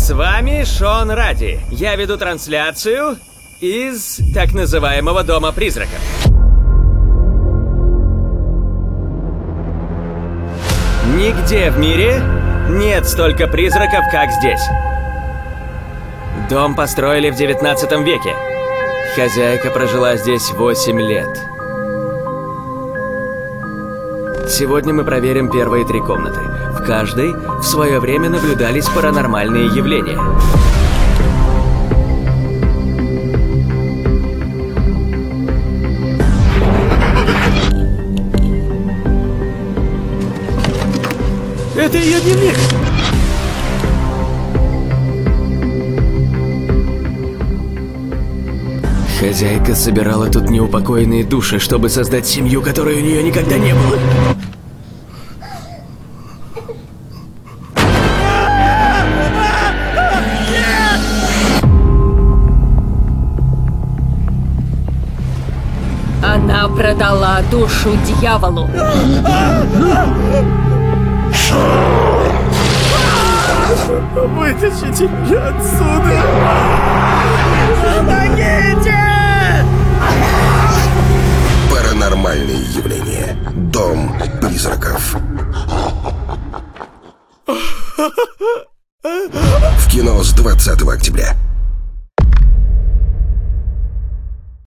С вами Шон Ради. Я веду трансляцию из так называемого Дома призраков. Нигде в мире нет столько призраков, как здесь. Дом построили в 19 веке. Хозяйка прожила здесь 8 лет. Сегодня мы проверим первые 3 комнаты. В каждой в свое время наблюдались паранормальные явления. Это ее дневник! Хозяйка собирала тут неупокоенные души, чтобы создать семью, которой у нее никогда не было. Она продала душу дьяволу. Вытащите меня отсюда! Помогите! Паранормальные явления. Дом призраков. В кино с 20 октября.